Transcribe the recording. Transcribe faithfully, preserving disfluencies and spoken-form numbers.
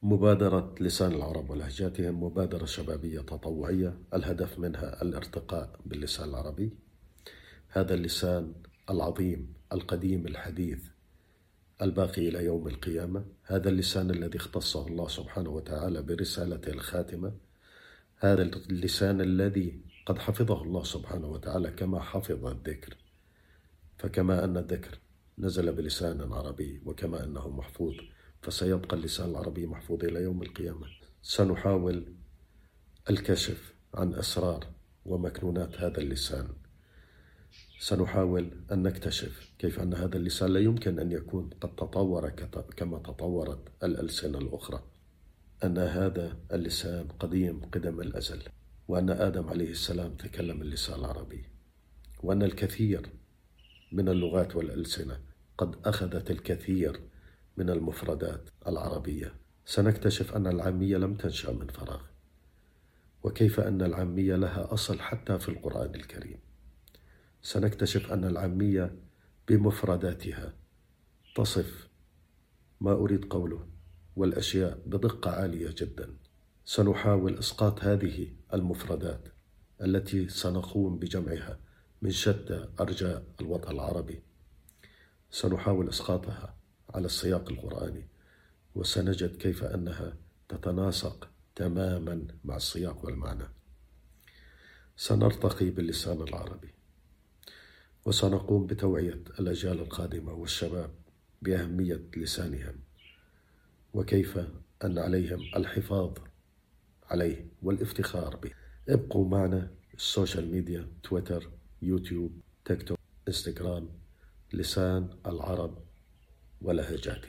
مبادرة لسان العرب ولهجاتهم مبادرة شبابية تطوعية، الهدف منها الارتقاء باللسان العربي، هذا اللسان العظيم القديم الحديث الباقي إلى يوم القيامة، هذا اللسان الذي اختصه الله سبحانه وتعالى برسالته الخاتمة، هذا اللسان الذي قد حفظه الله سبحانه وتعالى كما حفظ الذكر، فكما أن الذكر نزل بلسان عربي وكما أنه محفوظ فسيبقى اللسان العربي محفوظ إلى يوم القيامة. سنحاول الكشف عن أسرار ومكنونات هذا اللسان، سنحاول أن نكتشف كيف أن هذا اللسان لا يمكن أن يكون قد تطور كما تطورت الألسنة الأخرى، أن هذا اللسان قديم قدم الأزل، وأن آدم عليه السلام تكلم اللسان العربي، وأن الكثير من اللغات والألسنة قد أخذت الكثير من المفردات العربية. سنكتشف أن العامية لم تنشأ من فراغ، وكيف أن العامية لها أصل حتى في القرآن الكريم. سنكتشف أن العامية بمفرداتها تصف ما أريد قوله والأشياء بدقة عالية جدا. سنحاول إسقاط هذه المفردات التي سنقوم بجمعها من شتى أرجاء الوطن العربي، سنحاول إسقاطها على السياق القرآني، وسنجد كيف أنها تتناسق تماما مع السياق والمعنى. سنرتقي باللسان العربي، وسنقوم بتوعية الأجيال القادمة والشباب بأهمية لسانهم، وكيف أن عليهم الحفاظ عليه والافتخار به. ابقوا معنا، السوشيال ميديا، تويتر، يوتيوب، تيك توك، انستغرام، لسان العرب ولهجاته.